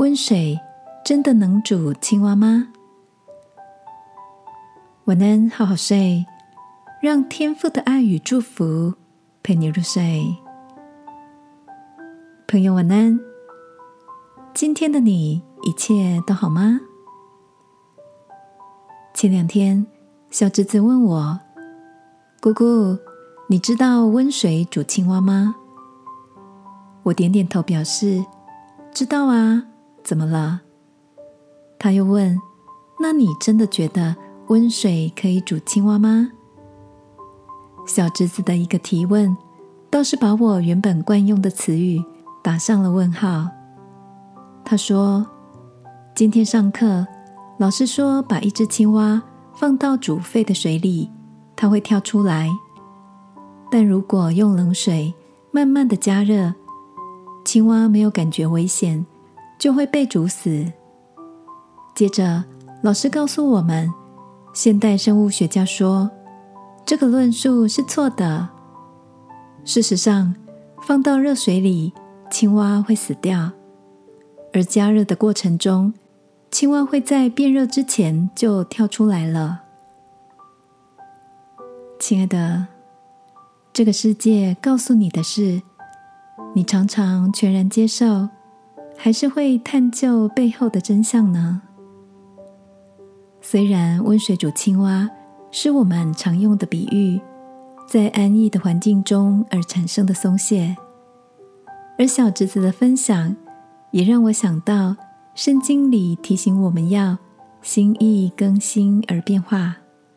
温水真的能煮青蛙吗？晚安，好好睡，让天父的爱与祝福陪你入睡。朋友晚安，今天的你一切都好吗？前2天，小侄子问我，姑姑，你知道温水煮青蛙吗？我点点头表示知道啊，怎么了？他又问，那你真的觉得温水可以煮青蛙吗？小侄子的一个提问，倒是把我原本惯用的词语打上了问号。他说，今天上课，老师说把一只青蛙放到煮沸的水里，它会跳出来。但如果用冷水慢慢的加热，青蛙没有感觉危险，就会被煮死。接着，老师告诉我们，现代生物学家说，这个论述是错的。事实上，放到热水里，青蛙会死掉，而加热的过程中，青蛙会在变热之前就跳出来了。亲爱的，这个世界告诉你的是，你常常全然接受，还是会探究背后的真相呢？虽然温水煮青蛙是我们常用的比喻，在安逸的环境中而产生的松懈，而小侄子的分享也让我想到圣经里提醒我们要心意更新而变化。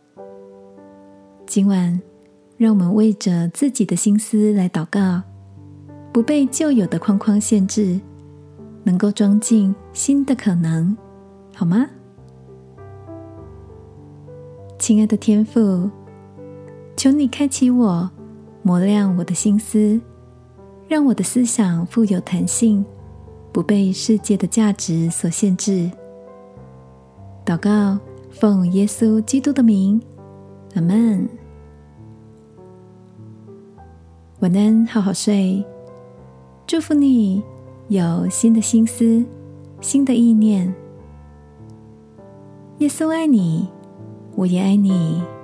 今晚让我们为着自己的心思来祷告，不被旧有的框框限制，能够装进新的可能，好吗？亲爱的天父，求你开启我，磨亮我的心思，让我的思想富有弹性，不被世界的价值所限制。祷告，奉耶稣基督的名，阿们。晚安，好好睡。祝福你有新的心思，新的意念。耶稣爱你，我也爱你。